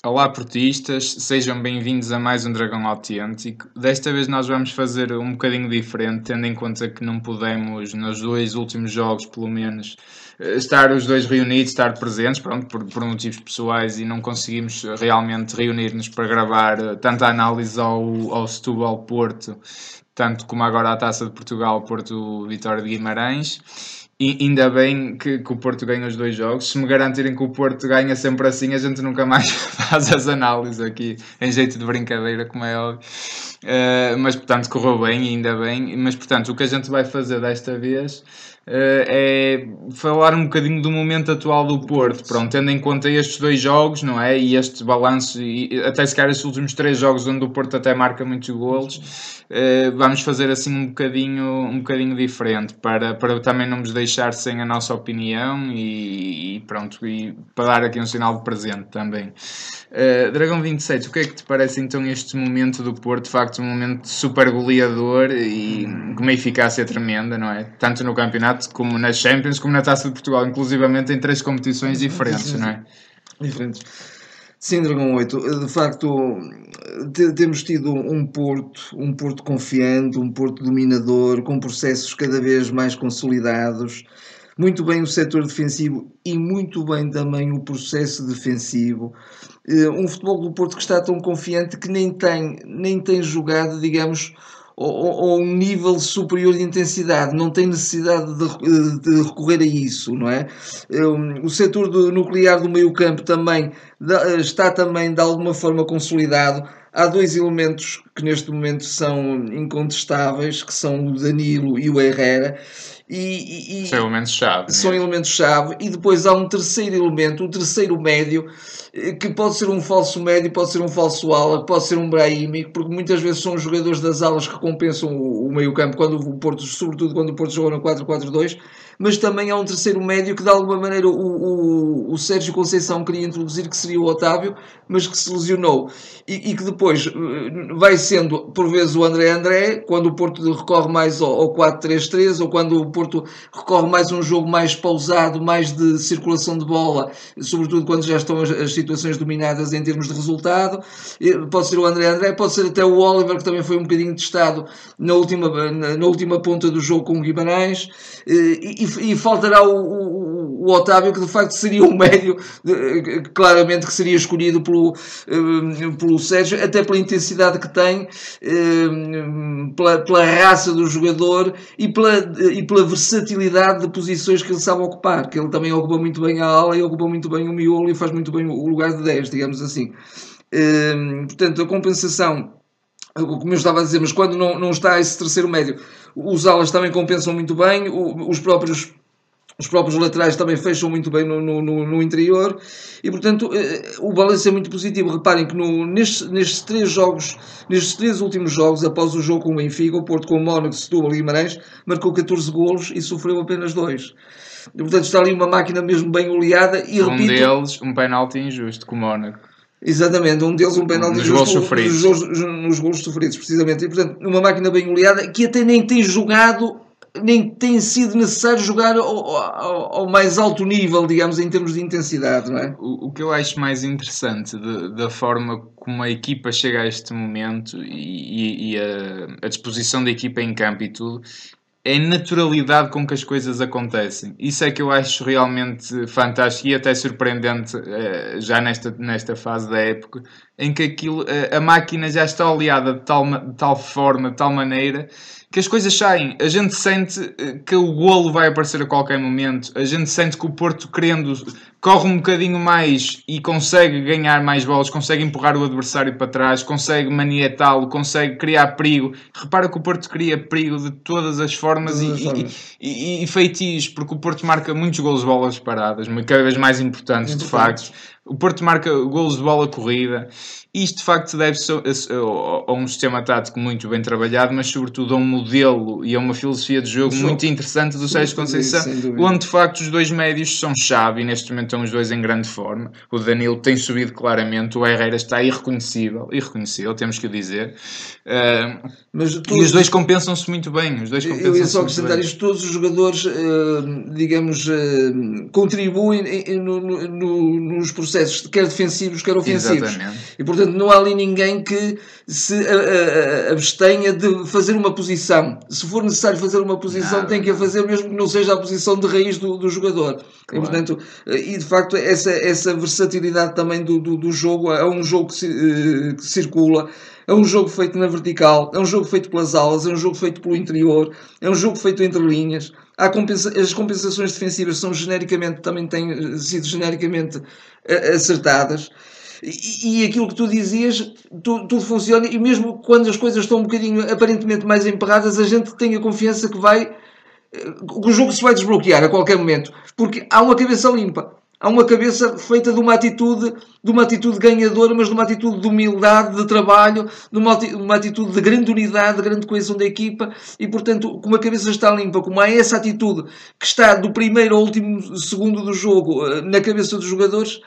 Olá, portistas, sejam bem-vindos a mais um Dragão Autêntico. Desta vez nós vamos fazer um bocadinho diferente, tendo em conta que não pudemos, nos dois últimos jogos, pelo menos, estar os dois reunidos, estar presentes, pronto, por motivos pessoais, e não conseguimos realmente reunir-nos para gravar tanto a análise ao Setúbal Porto, tanto como agora a Taça de Portugal, Porto Vitória de Guimarães. E ainda bem que o Porto ganha os dois jogos. Se me garantirem que o Porto ganha sempre assim, a gente nunca mais faz as análises aqui, em jeito de brincadeira, como é óbvio. Mas, portanto, correu bem, ainda bem. Mas, portanto, o que a gente vai fazer desta vez é falar um bocadinho do momento atual do Porto, pronto, tendo em conta estes dois jogos, não é? E este balanço, e até se calhar estes últimos 3 jogos onde o Porto até marca muitos golos. Vamos fazer assim um bocadinho diferente para também não nos deixar sem a nossa opinião e pronto, e para dar aqui um sinal de presente também. Dragão 27, o que é que te parece então este momento do Porto? De facto, um momento super goleador e com uma eficácia tremenda, não é? Tanto no campeonato como nas Champions, como na Taça de Portugal, inclusivamente em 3 competições diferentes, não é? Diferentes. Sim, Dragão 8, de facto temos tido um Porto confiante, um Porto dominador, com processos cada vez mais consolidados, muito bem o setor defensivo e muito bem também o processo defensivo. Um futebol do Porto que está tão confiante que nem tem jogado, digamos, a um nível superior de intensidade, não tem necessidade de recorrer a isso, não é? O setor nuclear do meio-campo também está também de alguma forma consolidado. Há 2 elementos que neste momento são incontestáveis, que são o Danilo e o Herrera. São elementos-chave. São elementos-chave. E depois há um terceiro elemento, um terceiro médio, que pode ser um falso médio, pode ser um falso ala, pode ser um Brahimi, porque muitas vezes são os jogadores das alas que compensam o meio-campo, sobretudo quando o Porto jogou na 4-4-2, mas também há um terceiro médio que de alguma maneira o Sérgio Conceição queria introduzir, que seria o Otávio, mas que se lesionou. E que depois vai sendo, por vezes, o André, quando o Porto recorre mais ao 4-3-3, ou quando o Porto recorre mais a um jogo mais pausado, mais de circulação de bola, sobretudo quando já estão as situações dominadas em termos de resultado. Pode ser o André, pode ser até o Oliver, que também foi um bocadinho testado na última ponta do jogo com o Guimarães. E faltará o Otávio, que de facto seria um médio, claramente que seria escolhido pelo Sérgio, até pela intensidade que tem, pela raça do jogador e pela versatilidade de posições que ele sabe ocupar, que ele também ocupa muito bem a ala e ocupa muito bem o miolo e faz muito bem o lugar de 10, digamos assim. Portanto, a compensação, como eu estava a dizer, mas quando não está esse terceiro médio, os alas também compensam muito bem, os próprios laterais também fecham muito bem no interior e, portanto, o balanço é muito positivo. Reparem que nestes 3 últimos jogos, após o jogo com o Benfica, o Porto com o Mónaco, Setúbal e Guimarães, marcou 14 golos e sofreu apenas 2. E, portanto, está ali uma máquina mesmo bem oleada e, repito, deles, um penalti injusto com o Mónaco. Exatamente, um deles um penalti nos golos sofridos. Nos golos sofridos, precisamente. E, portanto, uma máquina bem oleada que até nem tem jogado, nem tem sido necessário jogar ao mais alto nível, digamos, em termos de intensidade, não é? O que eu acho mais interessante da forma como a equipa chega a este momento e a disposição da equipa em campo e tudo, é a naturalidade com que as coisas acontecem. Isso é que eu acho realmente fantástico e até surpreendente já nesta fase da época, em que a máquina já está oleada de tal forma, de tal maneira, que as coisas saem. A gente sente que o golo vai aparecer a qualquer momento. A gente sente que o Porto, querendo, corre um bocadinho mais e consegue ganhar mais bolas, consegue empurrar o adversário para trás, consegue manietá-lo, consegue criar perigo. Repara que o Porto cria perigo de todas as formas e feitios, porque o Porto marca muitos golos de bolas paradas, cada vez mais importantes, de facto. O Porto marca golos de bola corrida Isto de facto deve-se a um sistema tático muito bem trabalhado, mas sobretudo a um modelo e a uma filosofia de jogo muito interessante do Sérgio Conceição, onde de facto os dois médios são chave e neste momento estão os dois em grande forma. O Danilo tem subido claramente, o Herrera está irreconhecível, temos que o dizer. E os dois compensam-se muito bem. Eu ia só acrescentar isto: todos os jogadores, contribuem nos processos, quer defensivos, quer ofensivos. Exatamente. E portanto não há ali ninguém que se abstenha de fazer uma posição. Se for necessário fazer uma posição, tem que a fazer, mesmo que não seja a posição de raiz do jogador. Claro. E portanto, de facto, essa versatilidade também do jogo, é um jogo que circula. É um jogo feito na vertical, é um jogo feito pelas alas, é um jogo feito pelo interior, é um jogo feito entre linhas. As compensações defensivas também têm sido genericamente acertadas. E aquilo que tu dizias, tudo funciona, e mesmo quando as coisas estão um bocadinho aparentemente mais emperradas, a gente tem a confiança que o jogo se vai desbloquear a qualquer momento, porque há uma cabeça limpa. Há uma cabeça feita de uma atitude ganhadora, mas de uma atitude de humildade, de trabalho, de uma atitude de grande unidade, de grande coesão da equipa, e portanto, como a cabeça está limpa, como há essa atitude que está do primeiro ao último segundo do jogo na cabeça dos jogadores,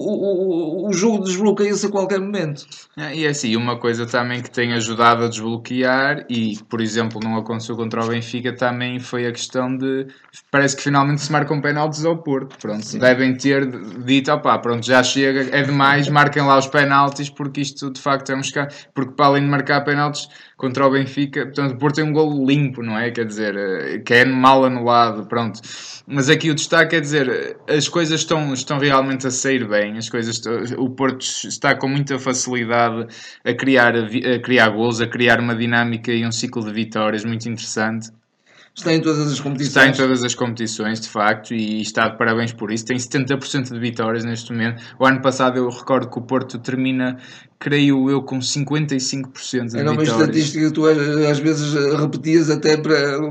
o jogo desbloqueia-se a qualquer momento. E é assim, uma coisa também que tem ajudado a desbloquear, e por exemplo não aconteceu contra o Benfica, também foi a questão de, parece que finalmente se marcam penaltis ao Porto. Pronto, sim. Devem ter dito, pronto, já chega, é demais, marquem lá os penaltis, porque isto de facto é um escândalo, porque para além de marcar penaltis contra o Benfica, portanto o Porto tem um golo limpo, não é? Quer dizer, que é mal anulado, pronto. Mas aqui o destaque é dizer, as coisas estão realmente a sair bem, o Porto está com muita facilidade a criar golos, a criar uma dinâmica e um ciclo de vitórias muito interessante. Está em todas as competições. Está em todas as competições, de facto, e está de parabéns por isso. Tem 70% de vitórias neste momento. O ano passado eu recordo que o Porto termina, creio eu, com 55% de vitórias. Era uma estatística que tu às vezes repetias até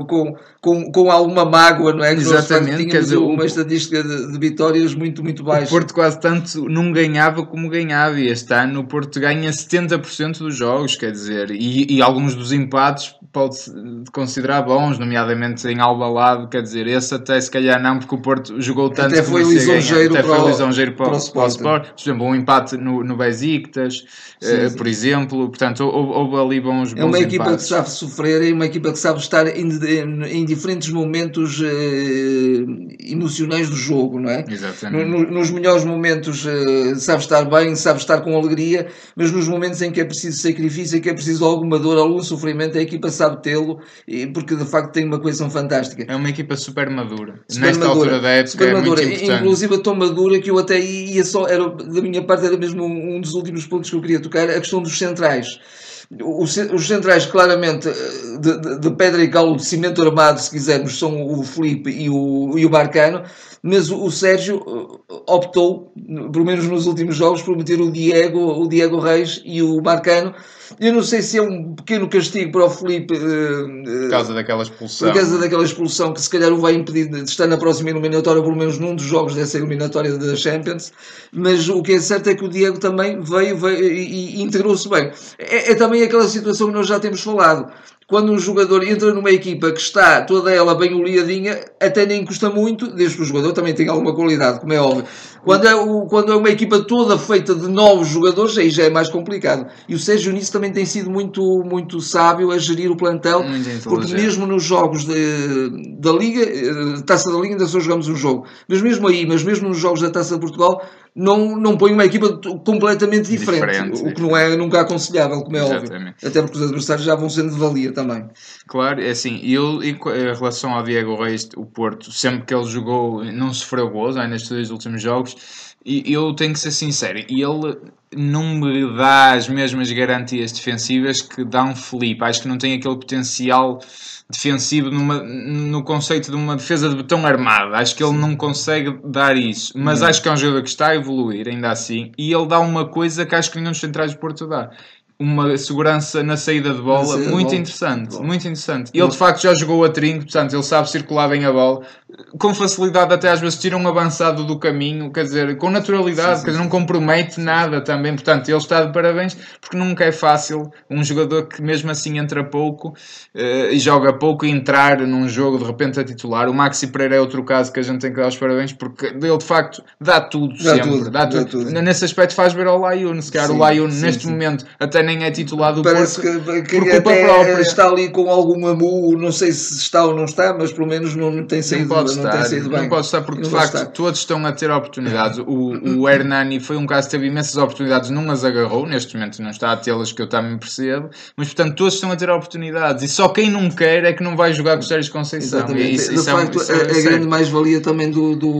com alguma mágoa, não é? Que exatamente. Quer dizer, uma estatística de vitórias muito, muito baixa. O Porto quase tanto não ganhava como ganhava, e este ano o Porto ganha 70% dos jogos, quer dizer, e alguns dos empates pode-se considerar bons, nomeadamente em Alvalade, quer dizer, esse até se calhar não, porque o Porto jogou tanto até foi lisonjeiro para o Sport. Por exemplo, um empate no Besiktas, por exemplo, portanto houve ali bons empates. É uma equipa que sabe sofrer, é uma equipa que sabe estar em diferentes momentos emocionais do jogo, não é? Exatamente. Nos melhores momentos sabe estar bem, sabe estar com alegria, mas nos momentos em que é preciso sacrifício, em que é preciso alguma dor, algum sofrimento, a equipa sabe tê-lo, porque de facto tem uma coesão fantástica. É uma equipa super madura. Nesta altura da época é muito importante. Inclusive tão madura que eu até ia da minha parte era mesmo um dos últimos pontos que eu queria tocar, a questão dos centrais. Os centrais, claramente, de pedra e cal, de cimento armado, se quisermos, são o Filipe e o Marcano, mas o Sérgio optou, pelo menos nos últimos jogos, por meter o Diego Reis e o Marcano. Eu não sei se é um pequeno castigo para o Filipe por causa daquela expulsão. Por causa daquela expulsão que se calhar o vai impedir de estar na próxima eliminatória, pelo menos num dos jogos dessa eliminatória da Champions. Mas o que é certo é que o Diego também veio e integrou-se bem. É também aquela situação que nós já temos falado. Quando um jogador entra numa equipa que está toda ela bem oleadinha, até nem custa muito, desde que o jogador também tenha alguma qualidade, como é óbvio. Quando é uma equipa toda feita de novos jogadores, aí já é mais complicado. E o Sérgio nisso também tem sido muito, muito sábio a gerir o plantel, porque mesmo nos jogos da Liga, Taça da Liga, ainda só jogamos um jogo. Mas mesmo nos jogos da Taça de Portugal, não põe uma equipa completamente diferente. O que não é nunca aconselhável, como é óbvio. Até porque os adversários já vão sendo de valia também. Claro, é assim, e em relação ao Diego Reis, o Porto, sempre que ele jogou, não sofreu gols, nestes 2 últimos jogos, e eu tenho que ser sincero, ele não me dá as mesmas garantias defensivas que dá um Filipe. Acho que não tem aquele potencial defensivo no conceito de uma defesa de betão armado. Acho que ele não consegue dar isso, mas acho que é um jogador que está a evoluir ainda assim, e ele dá uma coisa que acho que nenhum dos centrais do Porto dá, uma segurança na saída de bola muito interessante, muito interessante. Ele de facto já jogou a trinco, portanto ele sabe circular bem a bola, com facilidade até às vezes tira um avançado do caminho, quer dizer, com naturalidade, quer dizer, não compromete nada também, portanto ele está de parabéns, porque nunca é fácil um jogador que mesmo assim entra pouco e joga pouco e entrar num jogo de repente a titular. O Maxi Pereira é outro caso que a gente tem que dar os parabéns, porque ele de facto dá tudo sempre, dá tudo. Nesse aspecto faz ver ao Layun, se calhar o Layun neste momento até nem é titular do Parece Porto que por culpa até própria. está ali com alguma não sei se está ou não está, mas pelo menos não tem saído, bem. Não pode estar porque de facto todos estão a ter oportunidades. O Hernani foi um caso que teve imensas oportunidades, não as agarrou, neste momento não está a tê-las, que eu também percebo, mas portanto todos estão a ter oportunidades e só quem não quer é que não vai jogar com o Sérgio Conceição. Exatamente. De facto, a grande mais-valia também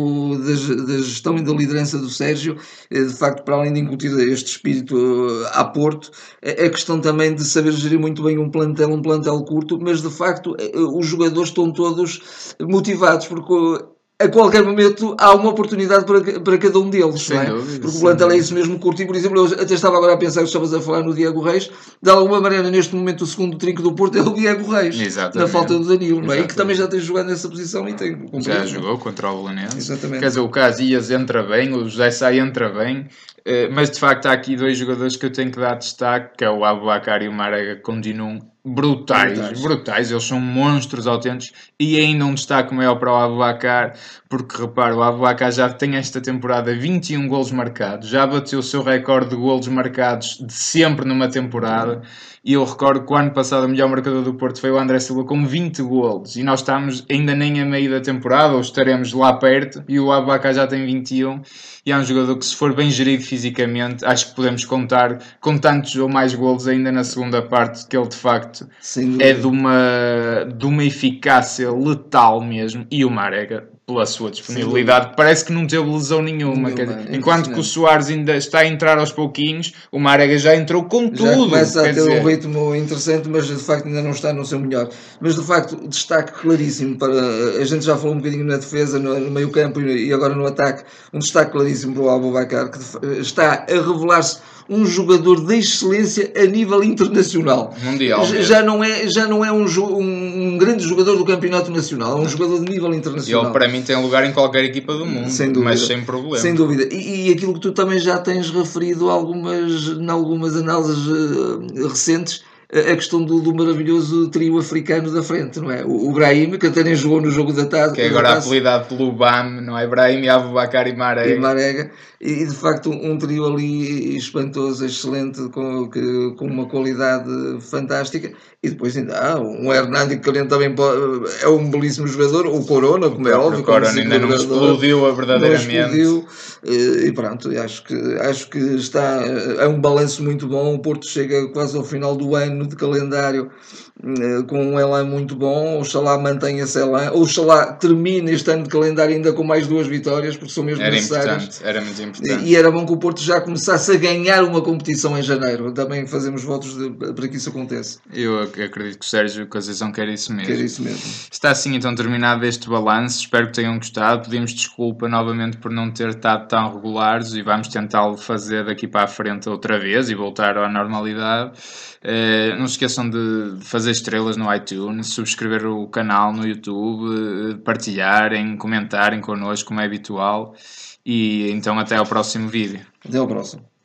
da gestão e da liderança do Sérgio, de facto, para além de incutir este espírito a Porto, a questão também de saber gerir muito bem um plantel curto, mas de facto os jogadores estão todos motivados, porque a qualquer momento há uma oportunidade para cada um deles, não é? Dúvida, porque o plantel é isso mesmo curto, e por exemplo, eu até estava agora a pensar que estavas a falar no Diego Reis, de alguma maneira neste momento o segundo trinco do Porto é o Diego Reis, na falta do Danilo, não é? E que também já tem jogado nessa posição e tem já jogou contra o Belenenses. Exatamente. Quer dizer, o Casillas entra bem, o José Sá entra bem, mas de facto há aqui dois jogadores que eu tenho que dar destaque, que é o Aboubakar e o Marega, que continuam brutais, eles são monstros autênticos, e ainda um destaque maior para o Aboubakar, porque repara, o Aboubakar já tem esta temporada 21 golos marcados, já bateu o seu recorde de golos marcados de sempre numa temporada, e eu recordo que o ano passado o melhor marcador do Porto foi o André Silva com 20 golos, e nós estamos ainda nem a meio da temporada, ou estaremos lá perto, e o Aboubakar já tem 21, e é um jogador que, se for bem gerido fisicamente, acho que podemos contar com tantos ou mais golos ainda na segunda parte, que ele de facto é de uma eficácia letal mesmo. E o Marega, pela sua disponibilidade, parece que não teve lesão nenhuma. Enquanto que o Soares ainda está a entrar aos pouquinhos, o Marega já entrou com tudo. Já começa a ter um ritmo interessante, mas de facto ainda não está no seu melhor. Mas de facto, destaque claríssimo para... A gente já falou um bocadinho na defesa, no meio campo e agora no ataque. Um destaque claríssimo para o Aboubakar, que está a revelar-se um jogador de excelência a nível internacional. Mundial. Já não é um grande jogador do campeonato nacional, é um jogador de nível internacional. Ele, para mim, tem lugar em qualquer equipa do mundo, mas sem problema. Sem dúvida. E aquilo que tu também já tens referido em algumas análises recentes, a questão do maravilhoso trio africano da frente, não é? O Brahim, que até nem jogou no jogo da tarde. Que é agora apelidado pelo BAM, não é? Brahim, Aboubakar e Marega. E de facto um trio ali espantoso, excelente, com uma qualidade fantástica. E depois ainda há um Hernani, que também é um belíssimo jogador, o Corona, como é óbvio. O Corona ainda não explodiu verdadeiramente. Não explodiu, e pronto, acho que está, é um balanço muito bom. O Porto chega quase ao final do ano de calendário com um elan muito bom. Oxalá mantenha esse elan, oxalá termine este ano de calendário ainda com mais 2 vitórias, porque são mesmo necessárias. Era muito importante. E era bom que o Porto já começasse a ganhar uma competição em janeiro. Também fazemos votos para que isso aconteça. Eu acredito que o Sérgio Conceição quer isso mesmo. Quer isso mesmo. Está assim então terminado este balanço. Espero que tenham gostado. Pedimos desculpa novamente por não ter estado tão regulares e vamos tentá-lo fazer daqui para a frente outra vez e voltar à normalidade. Não se esqueçam de fazer estrelas no iTunes, subscrever o canal no YouTube, partilharem, comentarem connosco como é habitual, e então até ao próximo vídeo. Até ao próximo.